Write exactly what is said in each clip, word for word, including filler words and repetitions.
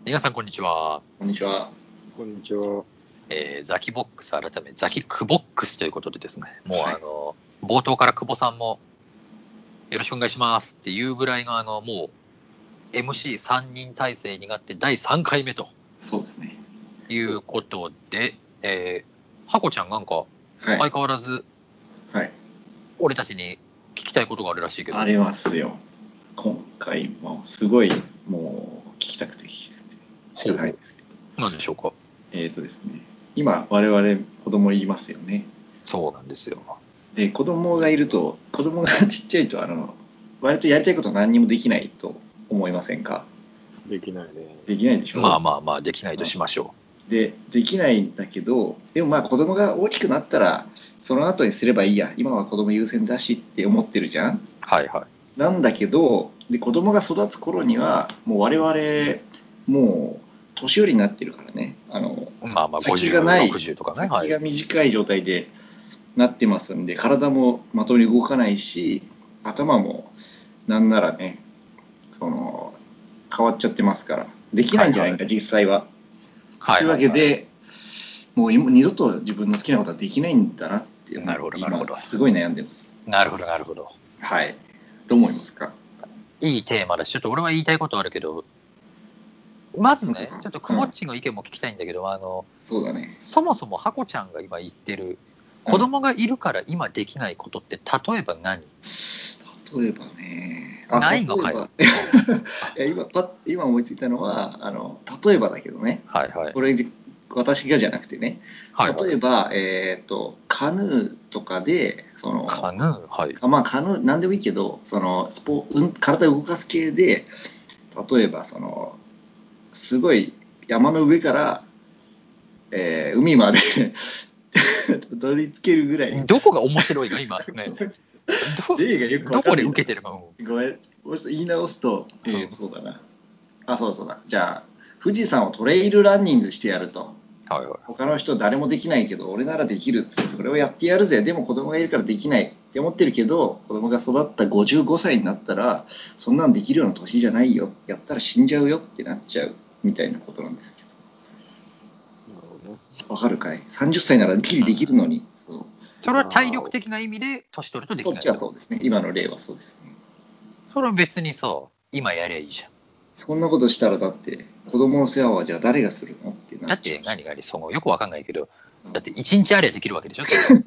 皆さんこんにちは。 こんにちは。 こんにちは。 えー、ザキボックス改めザキクボックスということでですね、もうはいあの、冒頭から久保さんもよろしくお願いしますっていうぐらいのあのもう エムシーさん 人体制になってだいさんかいめとそうですね。 いうことで、えー、ハコちゃんなんかはい。 相変わらずはい。 俺たちに聞きたいことがあるらしいけど、 ありますよ。今回もすごいもう聞きたくて聞きたくて仕方ないんですけど。 何でしょうか。 えっ、とですね。今我々子供いますよね。 そうなんですよ。 で子供がいると子供がちっちゃいとあの割とやりたいこと何にもできないと思いませんか？ できないね。 できないでしょ。 まあまあまあできないとしましょでできないんだけど、でもまあ子供が大きくなったらその後にすればいいや、今は子供優先だしって思ってるじゃん。 う。はいはい。 なんだけど、で子供が育つ頃にはもう我々もう年寄りになってるからね、あのまあまあ先がない、 ごじゅう、ろくじゅうとかね。はい。 先が短い状態でなってますんで、体もまともに動かないし、頭もなんならね、その変わっちゃってますから、できないんじゃないか、 はいはい実際は。 はいはいはい。 というわけで、もう今二度と自分の好きなことはできないんだなって思なるほってどなるほど今すごい悩んでます。 なるほどなるほど。 はい。どう思いますか？ いいテーマだし、ちょっと俺は言いたいことあるけど、まずね、ちょっとくぼっちの意見も聞きたいんだけど、あの、 そうだね。 そもそもハコちゃんが今言ってる、子供がいるから今できないことって、例えば何？ 例えばね、 ないのかよ。 例えばいや今パッ今思いついたのはあの例えばだけどね、 はいはい。 これ私がじゃなくてね、 はいはい、 例えば、えー、とカヌーとかでそのカヌー、はい。 まあカヌー何でもいいけど、そのスポ、うん、体を動かす系で、例えばそのすごい山の上から、えー海までたどり着けるぐらい。 どこが面白いの今ね。ど例がよくどこでわかんないな。 受けてるの？ ごめん、もうちょっと言い直すと、えーうんそうだな。あ、そうだそうだ。じゃあ、富士山をトレイルランニングしてやると。 はいはい。 他の人誰もできないけど、俺ならできるっつって、それをやってやるぜ。でも子供がいるからできないって思ってるけど、子供が育ったごじゅうごさいになったら、そんなんできるような年じゃないよ。やったら死んじゃうよってなっちゃうみたいなことなんですけど。 なるほどね。 わかるかい？ さんじゅっ 歳ならギリできるのに。そうそれは体力的な意味で年取るとできない。 そっちはそうですね。今の例はそうですね。 それは別にさ、今やりゃいいじゃん。 そんなことしたらだって子供の世話はじゃあ誰がするのってなだっっちゃうし。 て何々そのよくわかんないけど、だって一日ありゃできるわけでしょ。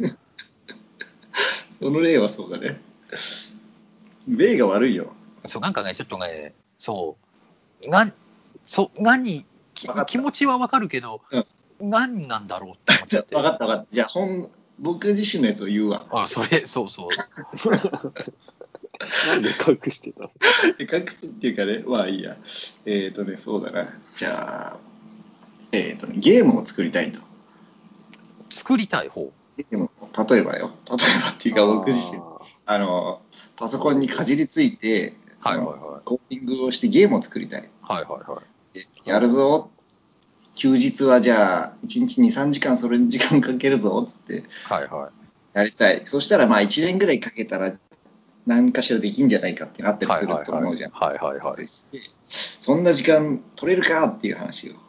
その例はそうだね。例が悪いよ。 そうなんかねちょっとねそうなんそう何きわかった気持ちはわかるけど、何なんだろうって思っちゃって。 分かった分かった。じゃあ本僕自身のやつを言うわ。 あそれそうそう。 なんで隠してたの？ 隠すっていうかね、まあいいや。えっ、ー、とね、そうだな。じゃあ、えっ、ー、とね、ゲームを作りたいと。 作りたい方。 ゲームを例えばよ。例えばっていうか僕自身、あの、パソコンにかじりついて、そのはいはいはいコーディングをしてゲームを作りたい。 はいはいはい。 でやるぞ。休日はじゃあいちにちに、さんじかんそれに時間かけるぞっつってはいはい。 やりたい。そしたらまあいちねんぐらいかけたら何かしらできんじゃないかってなったりすると思うじゃん。 はいはいはい。 そんな時間取れるかっていう話を。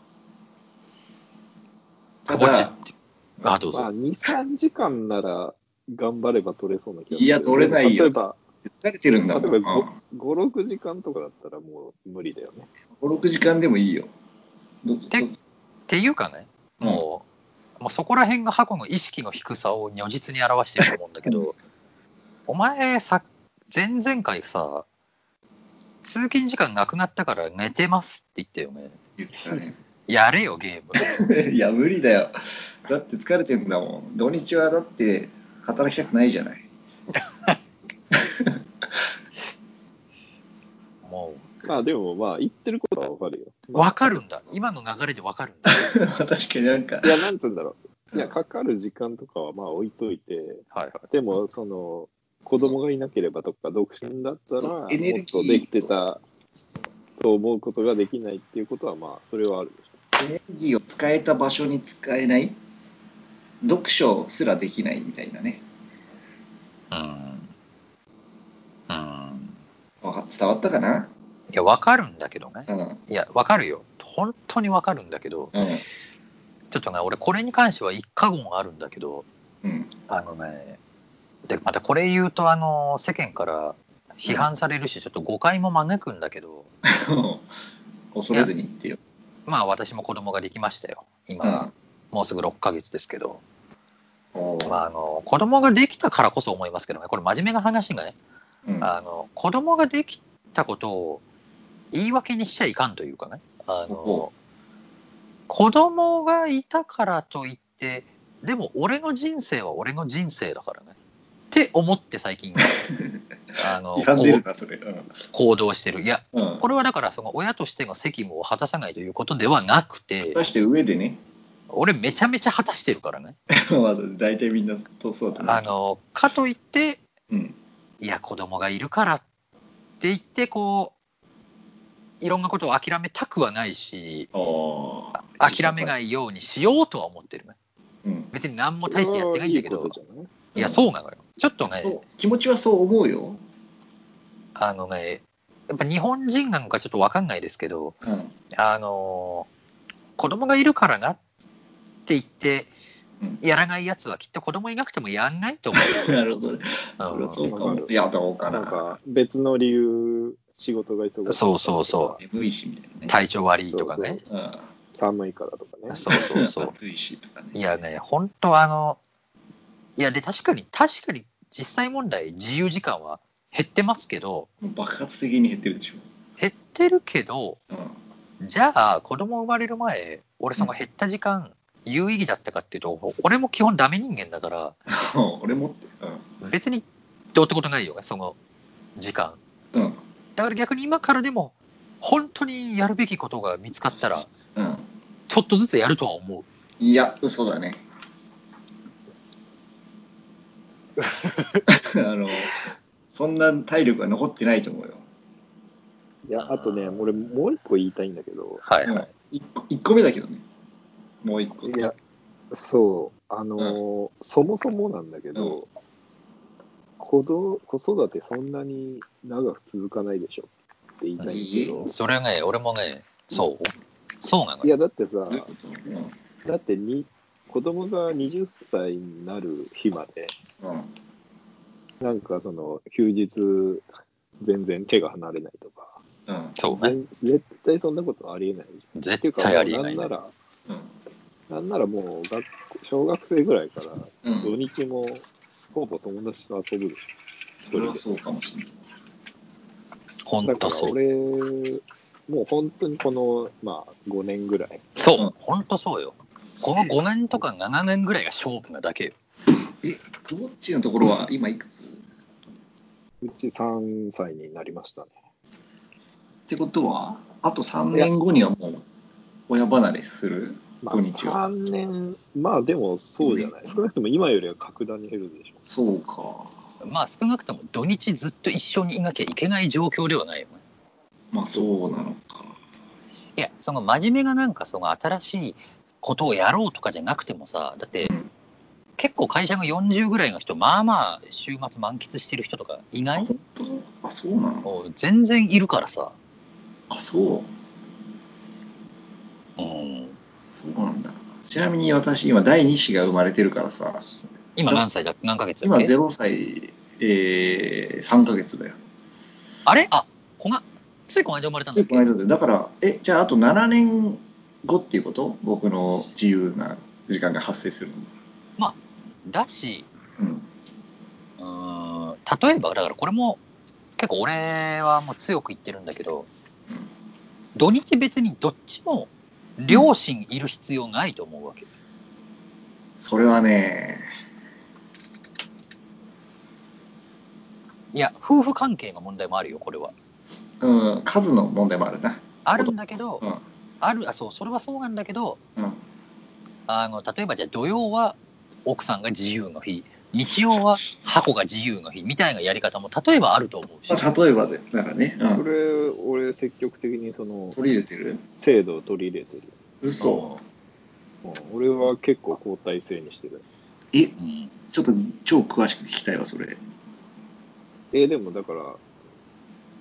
たくぼちだ、 あどうぞ。 まあ、に、さんじかんなら頑張れば取れそうな気がする。 いや、取れないよ。 例えば、 疲れてるんだもん。 例えばご、ろくじかんとかだったらもう無理だよね。 ご、ろくじかんでもいいよ。どてどっていうかね、もう、もうそこら辺がハコの意識の低さを如実に表してると思うんだけど、お前さ、前々回さ、通勤時間なくなったから寝てますって言ったよね。 言ったね。 やれよ、ゲーム。 いや、無理だよ。だって疲れてんだもん。土日はだって働きたくないじゃない。 もまあでもまあ言ってることはわかるよ。 う、わかるんだ。今の流れでわかるんだ。 確かになんか。 いや、なんて言うんだろう。いや、かかる時間とかはまあ置いといて、 はいはい。 でも、その、子供がいなければとか、独身だったら、もエネルギーっとできてたと思うことができないっていうことは、まあ、それはあるでしょ。 エネルギーを使えた場所に使えない。読書すらできないみたいなね。 うん。うん。 わか伝わったかな？ いや、わかるんだけどね。 うん。 いや、わかるよ。 本当にわかるんだけど、 うんちょっとね、俺これに関しては一過言あるんだけど、 うんあのね、でまたこれ言うとあの世間から批判されるし、ちょっと誤解も招くんだけど、 恐れずに言ってよ。 まあ私も子供ができましたよ。今、もうすぐろっかげつですけど、 おーまあ、あの子供ができたからこそ思いますけどね、これ真面目な話がね、 うんあの子供ができたことを言い訳にしちゃいかんというかね、あおの子供がいたからといってでも俺の人生は俺の人生だからねって思って最近あの批判出るなそれ。うん行動してる。いや、 うんこれはだからその親としての責務を果たさないということではなくて、 出して上でね、 俺めちゃめちゃ果たしてるからね。 まあ大体みんなとそうだね。 あのかといってうんいや子供がいるからって言ってこういろんなことを諦めたくはないし、 あ諦めないようにしようとは思ってるね。 うん別に何も大してやってないんだけど、 いいことじゃない？ いやそうなのよ。ちょっとね、 そう気持ちはそう思うよ。 あのね、やっぱ日本人なのかちょっと分かんないですけど、 うんあの子供がいるからなって言ってうんやらないやつはきっと子供いなくてもやんないと思う。 なるほどね。 うんそれはそうかも。 わかるいやどうかな。 なんか別の理由、仕事が忙しい。 そうそうそ眠いしみたいなね。 体調悪いとかね。 うん寒いからとかね。 そうそうそう。 暑いしとかね。 いやね、本当あの、いやで確かに確かに実際問題自由時間は減ってますけど、 もう爆発的に減ってるでしょ。 減ってるけど、 うんじゃあ子供生まれる前、俺その減った時間、有意義だったかっていうと、俺も基本ダメ人間だから、 俺もって。 別にどうってことないよね、その時間。 うんうんだから逆に今からでも、本当にやるべきことが見つかったら、 うん。 ちょっとずつやるとは思う。 いや嘘だね。あのそんな体力は残ってないと思うよ。 いや、あとね、俺もう一個言いたいんだけど、 はいはい。 いっこ一個目だけどね。もう一個。 いや、そう、あのーそもそもなんだけど、子ど子育てそんなに長く続かないでしょって言いたいんだけど、 それね、俺もね、そう。そうなのよ。 いや、だってさ、 どういうこと？うんだってに子供がはたちになる日まで、 うんなんかその休日全然手が離れないとか、 うんそうね。 全絶対そんなことありえないじゃん。ってい絶うか対ありえない、ね。 もうなんなら、 うんなんならもう学校小学生ぐらいからうん土日もほぼ友達と遊ぶでしょ、 それは一人で。 そうかもしれない。 だからほんとそう。 俺、もう本当にこの、まあ、ごねんぐらい、 そう、 うんほんとそうよ。このごねんとかななねんぐらいが勝負なだけよ。 え、どっちのところは今いくつ？ うちさんさいになりましたね。 ってことはあとさんねんごにはもう親離れする？ まあ、 土日は。 さんねん、まあでもそうじゃない。少なくとも今よりは格段に減るでしょ。 そうか。 まあ少なくとも土日ずっと一緒にいなきゃいけない状況ではないよね。 まあそうなのか。 いや、その真面目がなんかその新しいことをやろうとかじゃなくてもさ、だってうん結構会社がよんじゅうぐらいの人、まあまあ週末満喫してる人とかいない？ 本当？あ、そうなの？ もう全然いるからさ。 あ、そう。 うん。 そうなんだ。ちなみに私今だいに子が生まれてるからさ。 今何歳だっけ？何ヶ月だっ今け？ ゼロさい、えー、さんかげつだよ。 あれ？あ、こが、ついこの間生まれたんだっけ？ この間でだからえじゃああとななねんごっていうこと？僕の自由な時間が発生するの。 まあ、だし、 うんうーん、例えば、だからこれも結構俺はもう強く言ってるんだけど、 うん土日別にどっちも両親いる必要ないと思うわけ。 それはね、 いや、夫婦関係の問題もあるよ、これは。 うん、数の問題もあるな。 あるんだけど、 うんある、あ、そう、それはそうなんだけど、 うんあの、例えばじゃあ土曜は奥さんが自由の日、日曜は箱が自由の日みたいなやり方も例えばあると思うし。 まあ、例えばでならね、うん、 それ、俺積極的にその取り入れてる？ 制度を取り入れてる。 嘘。 うん俺は結構交代制にしてる。 え、 うん、 ちょっと超詳しく聞きたいわそれ。 えーでもだから、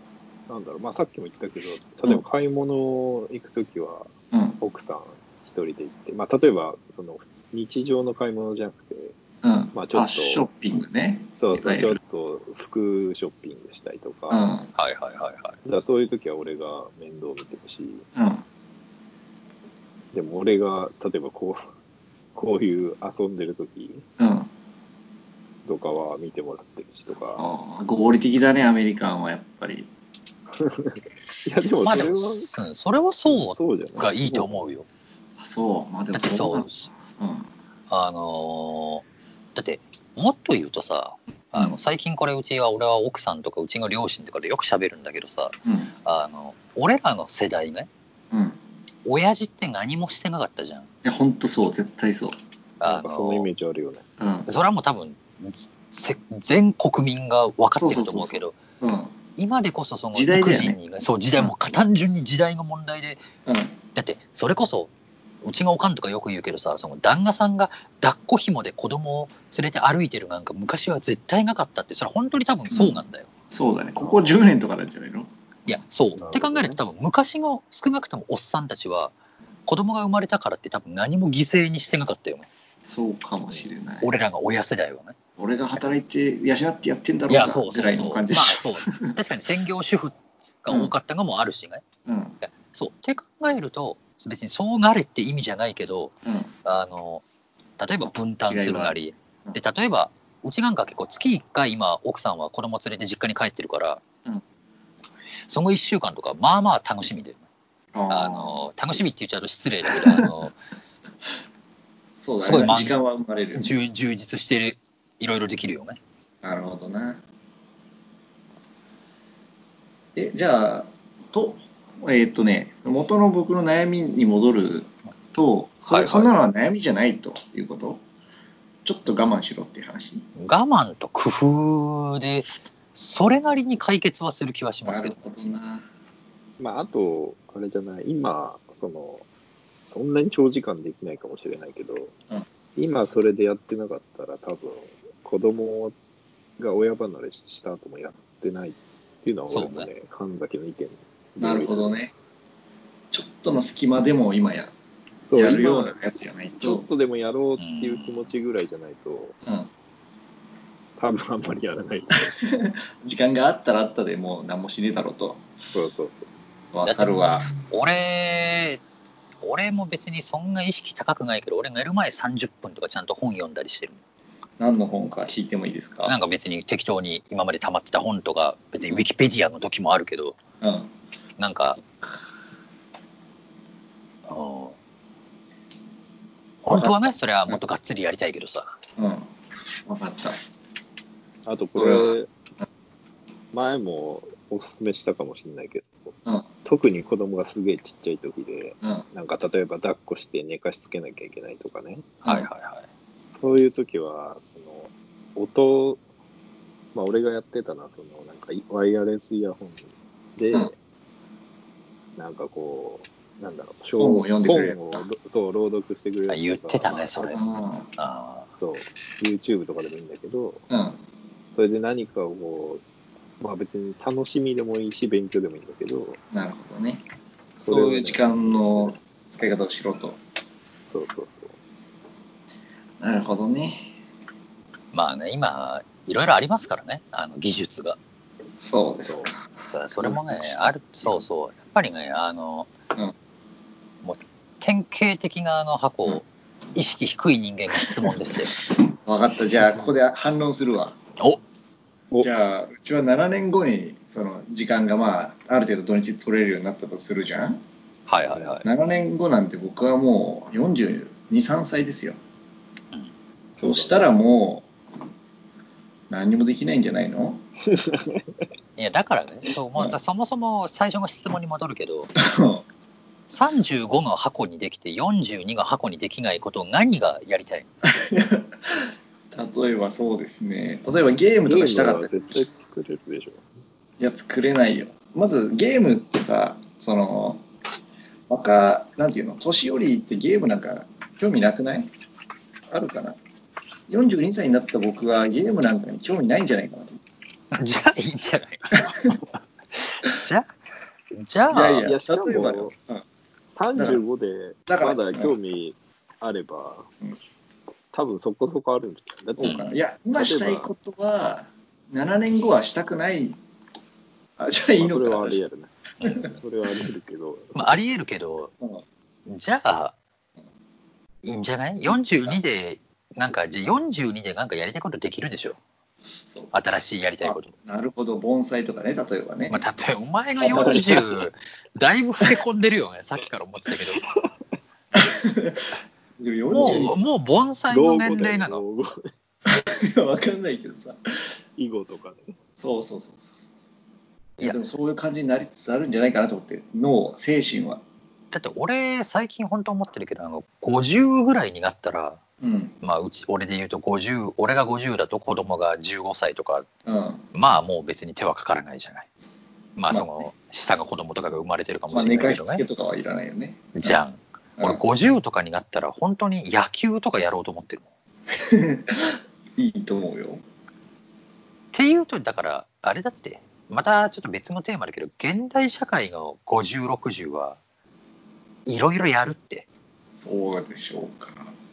なんだろう、まあさっきも言ったけど、例えば買い物行くときは、 うん奥さん一人で行って、まあ例えば、その日常の買い物じゃなくて、 うんまあちょっと、 ショッピングね。 そうそう、ちょっいわゆると服ショッピングしたりとか、 うんはいはいはいはい。 だからそういうときは俺が面倒見てるし、 うんでも俺が、例えばこう、こういう遊んでるときうんとかは見てもらってるしとか、 ああ合理的だね、アメリカンはやっぱり。 いやでもまあでも、 それは、 うんそれはそそうじゃないうがいいと思うよ。 あそう、まあでもだってそうなん、うんあのーだってもっと言うとさ、あうんの最近これうちは俺は奥さんとかうちの両親とかでよく喋るんだけどさ、 うんあの俺らの世代ね、 うん親父って何もしてなかったじゃん。 いや本当そう、絶対そう。 なあんかそのイメのージあるよね。 うんそれはもう多分ぜ全国民が分かってると思うけど、 うん今でこそその時代だよね育児に、そう時代も単純に時代の問題で、 うんだってそれこそうちのおかんとかよく言うけどさ、その旦那さんが抱っこ紐で子供を連れて歩いてるなんか昔は絶対なかったって、それは本当に多分そうなんだよ。 そうだね、ここじゅうねんとかなんじゃないの。 いやそうほどねって考えると多分昔の少なくともおっさんたちは子供が生まれたからって多分何も犠牲にしてなかったよね。 そうかもしれない。 俺らが親世代はね。 俺が働いて養ってやってんだろいうやかそうそうぐらいのそうまあ感じでしょ。 そう確かに専業主婦が多かったのもあるしね、 うんいやそうって考えると別にそうなれって意味じゃないけど、 うんあの例えば分担するなりうんで、例えばうちなんか結構月いっかい今奥さんは子供連れて実家に帰ってるから、 うんそのいっしゅうかんとかまあまあ楽しみで、ああの楽しみって言っちゃうと失礼だけどあのそうだすごい満ね、時間は生まれるよね。 充充実してる、いろいろできるよね。 なるほどな。えじゃあとえーっとね元の僕の悩みに戻るとそれ、 はいはいそんなのは悩みじゃないということ、ちょっと我慢しろっていう話。 我慢と工夫でそれなりに解決はする気はしますけど。 なるほどな。 まああと、あれじゃない、今、その、そんなに長時間できないかもしれないけど、 うん今それでやってなかったら多分、子供が親離れした後もやってないっていうのは俺もそうね、神崎の意見なるほど同意ね。ちょっとの隙間でも今やする。 やそう、今るような、やつじゃないと。 ちょっとでもやろうっていう気持ちぐらいじゃないと、 うん、 多分あんまりやらない。 時間があったらあったでもう何もしねえだろうと。 そうそうわかるわ。 俺俺も別にそんな意識高くないけど、俺寝る前さんじゅっぷんとかちゃんと本読んだりしてる。 何の本か聞いてもいいですか。 なんか別に適当に今まで溜まってた本とか、別にウィキペディアの時もあるけど、 うんなんか、うん、本当はね、それはもっとがっつりやりたいけどさ。 うん分かった。 あとこれ、前もおすすめしたかもしれないけど、 うん特に子供がすげえちっちゃい時で、 うんなんか例えば抱っこして寝かしつけなきゃいけないとかね、 はいはいはい。 そういう時は、その、音、まあ俺がやってたのは、その、なんかワイヤレスイヤホンで、 うんなんかこう、なんだろう、 本を読んでくれるやつ本だをそう朗読してくれるやつとか言ってたねそれ。 まああそう、YouTube とかでもいいんだけど、 うんうんそれで何かをこう、まあ別に楽しみでもいいし、勉強でもいいんだけど、 なるほどね。 それをねそういう時間の使い方をしろと。 そうそうそう。 なるほどね。 まあね、今いろいろありますからね、あの技術が。 そうですか。 そそれもね、ある、そうそう、やっぱりね、あの、 うんもう典型的なあの箱を意識低い人間が質問ですよ。 分かった。じゃあここで反論するわ。 おおじゃあうちはななねんごにその時間がまあある程度土日取れるようになったとするじゃん。 はいはいはい。 ななねんごなんて僕はもうよんじゅうに、さんさいですよ。 うんそうしたらもう何にもできないんじゃないの。 いやだからね、そうもううんそもそも最初の質問に戻るけど、さんじゅうごが箱にできてよんじゅうにが箱にできないことを何がやりたい？ 例えばそうですね。例えばゲームとかしたかったゲームは絶対作れるでしょ。 いや作れないよ。まずゲームってさ、その若なんていうの、年寄りってゲームなんか興味なくない？あるかな。よんじゅうにさいになった僕はゲームなんかに興味ないんじゃないかなと。 じゃあいいんじゃないかな。 じゃじゃあ、 いやいやいや、しか例えばよも、 うんさんじゅうごでだからまだ興味あれば、 うん多分そこそこあるんじゃない。だってそうかな。いや、今したいことは、ななねんごはしたくない。あ、じゃあいいのか。 まあそれはあり得るね。それはあり得るけど、 まあ、あり得るけど、 うんじゃあ、いいんじゃない ?よんじゅうに で、なんか、じゃあよんじゅうにでなんかやりたいことできるでしょ。 そう新しいやりたいこと。 あなるほど、盆栽とかね、例えばね。 まあ、例えば、お前がよんじゅう、だいぶ老け込んでるよね、さっきから思ってたけど。 でもよんじゅうにもう、もう盆栽の年齢なの。 老後だよねいや、わかんないけどさ。 囲碁とかね。 そうそうそうそうそう。いいやや、でもそういう感じになりつつあるんじゃないかなと思って、脳、精神は。 だって俺、最近本当思ってるけど、あのごじゅうぐらいになったら、 うん。 まあ、うち、俺で言うとごじゅう、俺がごじゅうだと子供がじゅうごさいとか、 うん。 まあもう別に手はかからないじゃない。まあまあその、下の子供とかが生まれてるかもまあ、 しれ寝かしないけどね。 つけとかはいらないよね。 じゃん。 うん俺ごじゅうとかになったら本当に野球とかやろうと思ってるもん。 いいと思うよ。 っていうと、だから、あれだって、またちょっと別のテーマだけど、現代社会のごじゅう、ろくじゅうはいろいろやるって。 そうでしょうか。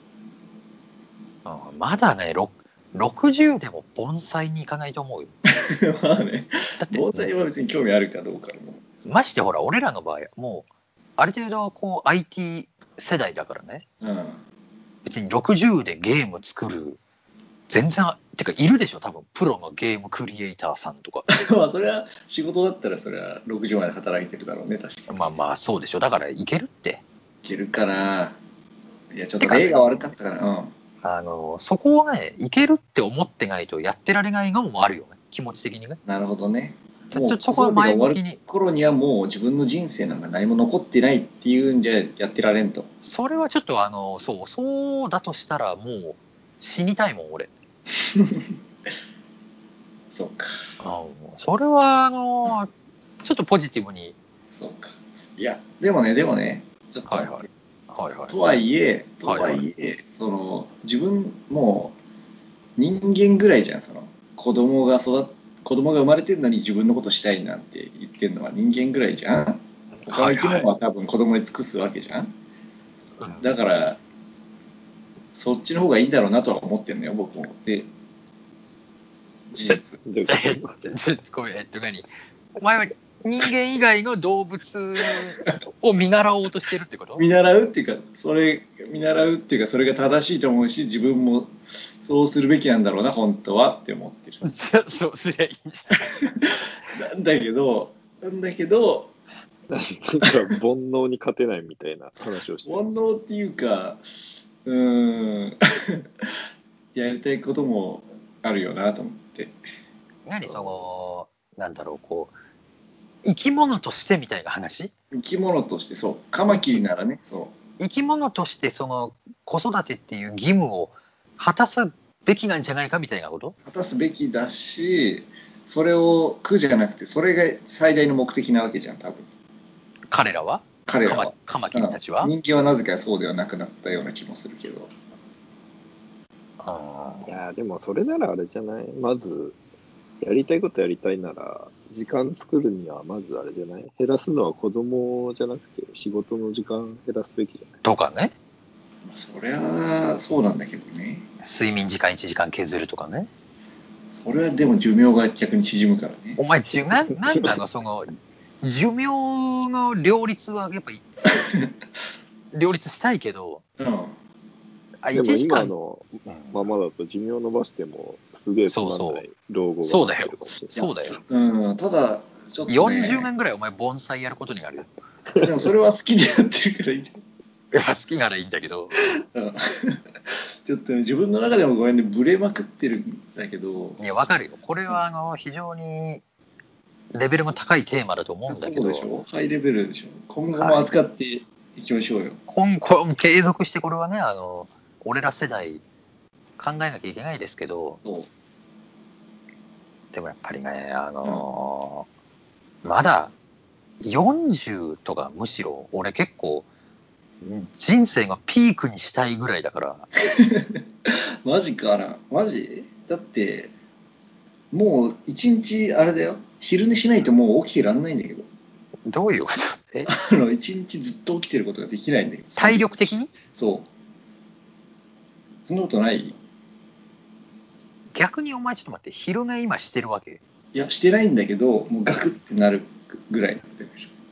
うん、まだね、ろくじゅうでも盆栽に行かないと思うよ。 まあね、 だって、 盆栽は別に興味あるかどうかも。 ましてほら、俺らの場合、もう、ある程度、こう、アイティー 世代だからね、 うん。 別にろくじゅうでゲーム作る、全然、てか、いるでしょ、多分、プロのゲームクリエイターさんとか。 まあ、それは仕事だったら、それはろくじゅうまで働いてるだろうね、確かに。 まあまあ、そうでしょ。だから、いけるって。 いけるかな。いや、ちょっとてかね例が悪かったかな。うん。 あの、そこをね、いけるって思ってないとやってられないのもあるよね、気持ち的にね。 なるほどね。 ちょもうちょそこは前向きに。 頃にはもう自分の人生なんか何も残ってないっていうんじゃやってられんと。 それはちょっと、あの、そう、そうだとしたら、もう死にたいもん、俺。 そうか。 あそれは、あの、ちょっとポジティブに。 そうか。いや、でもね、でもね、ちょっと待って。 はいはい。はいはい。 とはいえ、とはいえ、その自分もう人間ぐらいじゃん、その子供が育っ子供が生まれてるのに自分のことしたいなんて言ってるのは人間ぐらいじゃん。他の生き物は多分子供に尽くすわけじゃん。だからそっちの方がいいだろうなとは思ってるのよ、僕も。で、事実。 どういうえことちょっとごめん、えっと何お前は人間以外の動物を見習おうとしてるってこと？ 見習うっていうか、それ見習うっていうか、それが正しいと思うし、自分もそうするべきなんだろうな、本当はって思ってる。 そうすりゃいいんじゃなんだけど、なんだけど、 なんか煩悩に勝てないみたいな話をしてる。 煩悩っていうか、うーん、やりたいこともあるよなと思って。 何その、なんだろう、こう、生き物としてみたいな話？ 生き物として、そう、カマキリならね、そ生き物としてその子育てっていう義務を果たすべきなんじゃないかみたいなこと？ う、果たすべきだし、それを苦じゃなくて、それが最大の目的なわけじゃん、多分。 彼らは彼らは。 カマキリたちは、 うん人間はなぜかそうではなくなったような気もするけど。 あいや、でもそれならあれじゃない。まず、やりたいことやりたいなら、時間作るにはまずあれじゃない。減らすのは子供じゃなくて、仕事の時間減らすべきじゃない。 とかね、 そりゃそうなんだけどね。 睡眠時間いちじかん削るとかね。 それはでも寿命が逆に縮むからね。 お前じゅななんなのその寿命の両立はやっぱり両立したいけど、 うんあでもいちじかん今のままだと寿命伸ばしてもすげえつまんない老後そうだよが待ってるかもしれない。 そうだよ。 うん、ただちょっとね、 よんじゅうねんぐらいお前盆栽やることになるよ。 でもそれは好きでやってるからいいじやっぱ好きならいいんだけど、 ゃん。うんちょっとね、自分の中でもごめんね、ブレまくってるんだけど。 いやわかるよ。これはあの非常にレベルも高いテーマだと思うんだけど、 そうでしょ、ハイレベルでしょ。今後も扱っていきましょうよ。 今後も継続してこれはね、あの俺ら世代考えなきゃいけないですけど、 そうでもやっぱりね、あのーまだよんじゅうとかむしろ俺結構人生がピークにしたいぐらいだから。 マジかな、マジだってもう一日あれだよ、昼寝しないともう起きてらんないんだけど、 どういうこと？えあの一日ずっと起きてることができないんだけど、 体力的に？ そう、そんなことない？ 逆にお前ちょっと待って、昼寝今してるわけ？ いやしてないんだけど、もうガクってなるぐらいですね。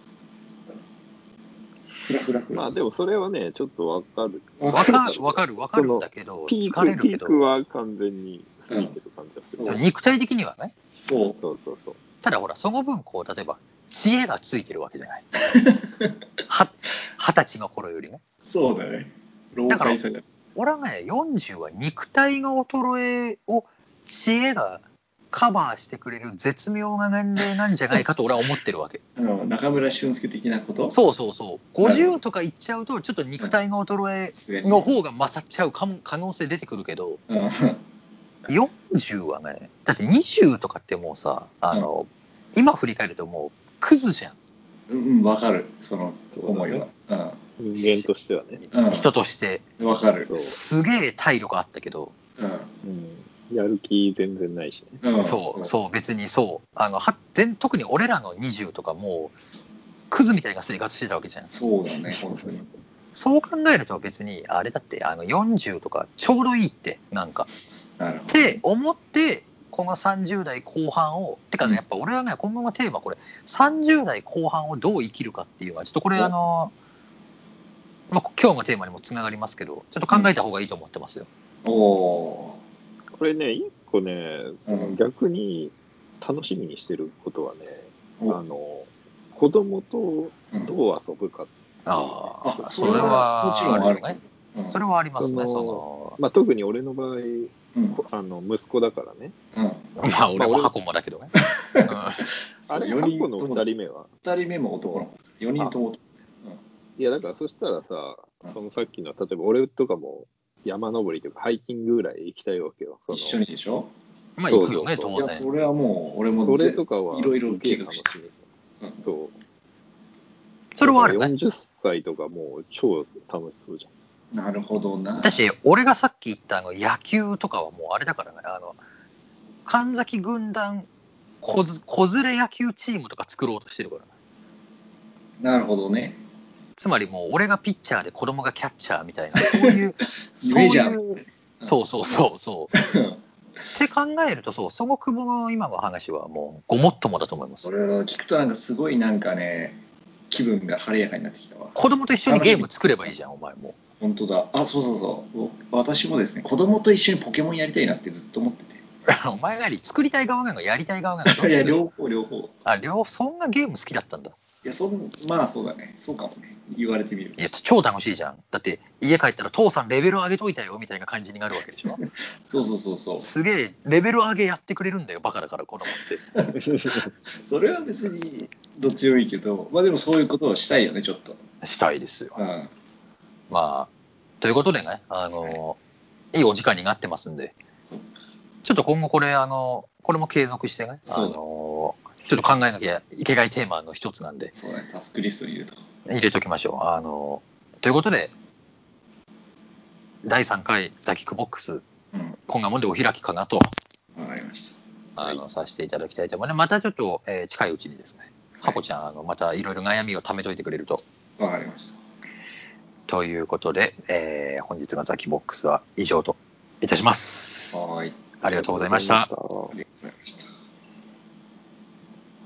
フラフラフラ。 まあでもそれはね、ちょっとわかる。 わかるわかるわかるんだけど、 ピーク、 疲れるけど、 ピークは完全に過ぎてる感じがする。 うんそう肉体的にはね。 そうそうそうそう。 ただほら、その分こう、例えば知恵がついてるわけじゃない。は二十歳の頃よりね。 そうだね。老快さが。 俺はね、よんじゅうは肉体の衰えを知恵がカバーしてくれる絶妙な年齢なんじゃないかと俺は思ってるわけ。 あの中村俊輔的なこと？ そうそうそう。ごじゅうとかいっちゃうとちょっと肉体の衰えの方が勝っちゃうかも可能性出てくるけど、 うん、 よんじゅうはね、だってにじゅうとかってもうさ、あの、うん、今振り返るともうクズじゃん。 うん、わかる、その思いは。うん、 人間としてはね。 うん、人として。 わかる。 すげえ体力あったけど、 うんうん、やる気全然ないしね。 うん、そう、そう、別にそう。あのは全特に俺らのにじゅうとかもう、クズみたいな生活してたわけじゃん。 そうだね、本当に。 そう考えると別に、あれだって、あのよんじゅうとかちょうどいいって、なんか。 なるほど。 って思って、このさんじゅう代後半を、てかね、やっぱ俺はね、今後のテーマこれ、さんじゅう代後半をどう生きるかっていうのは、ちょっとこれ、あの、まあ、今日のテーマにもつながりますけど、ちょっと考えた方がいいと思ってますよ。 うん、おこれね、一個ね、その逆に楽しみにしてることはね、うん、あの、子供とどう遊ぶかっていう、うん、 ああ、それはもちろんあるよね。それはありますね。そのまあ、特に俺の場合、うん、あの息子だからね。 うん、まあ俺も箱もだけどね。うん、 あれ、箱のふたりめはふたりめも男の子。よにんとも男。 いやだからそしたらさ、そのさっきの例えば俺とかも山登りとかハイキングぐらい行きたいわけよ。 一緒にでしょ？ まあ行くよね、当然。いやそれはもう俺もそれとかはいろいろ計画してる。そう。 それはあるね。 よんじゅっさいとかもう超楽しそうじゃん。 なるほどな。 だし、俺がさっき言ったあの野球とかはもうあれだからね、あの神崎軍団子連れ野球チームとか作ろうとしてるからね。 なるほどね。 つまりもう俺がピッチャーで子供がキャッチャーみたいな、そういうそういうそうそうそうそうって考えると、そうその久保の今の話はもうごもっともだと思います。 これを聞くとなんかすごいなんかね、気分が晴れやかになってきたわ。 子供と一緒にゲーム作ればいいじゃん、お前も。 本当だ。あ、そうそうそう。私もですね、子供と一緒にポケモンやりたいなってずっと思ってて。 お前が作りたい側なのやりたい側なの？ いや、両方両方。 あ、両方。そんなゲーム好きだったんだ。 いや、そんまあそうだね。そうかもね。言われてみる。 いや、超楽しいじゃん。だって家帰ったら父さんレベル上げといたよみたいな感じになるわけでしょ。 そうそうそうそう。 すげえレベル上げやってくれるんだよ、バカだから子供って。 それは別にどっちでもいいけど、まあでもそういうことをしたいよね、ちょっと。 したいですよ。 うん、 まあということでね、あの、はい、いいお時間になってますんで、ちょっと今後これあのこれも継続してね、あのちょっと考えなきゃいけないテーマの一つなんで、 そうね、タスクリストに入れと入れときましょう。あのということでだいさんかいザキックボックス、うん、こんなもんでお開きかなと。 わかりました。 あの、はい、させていただきたいと思います。またちょっと、えー、近いうちにですね、ハコちゃん、あのまたいろいろ悩みを貯めといてくれると。 わかりました。 ということで、えー、本日のザキボックスは以上といたします。 はい。 ありがとうございました。 ありがとうございました。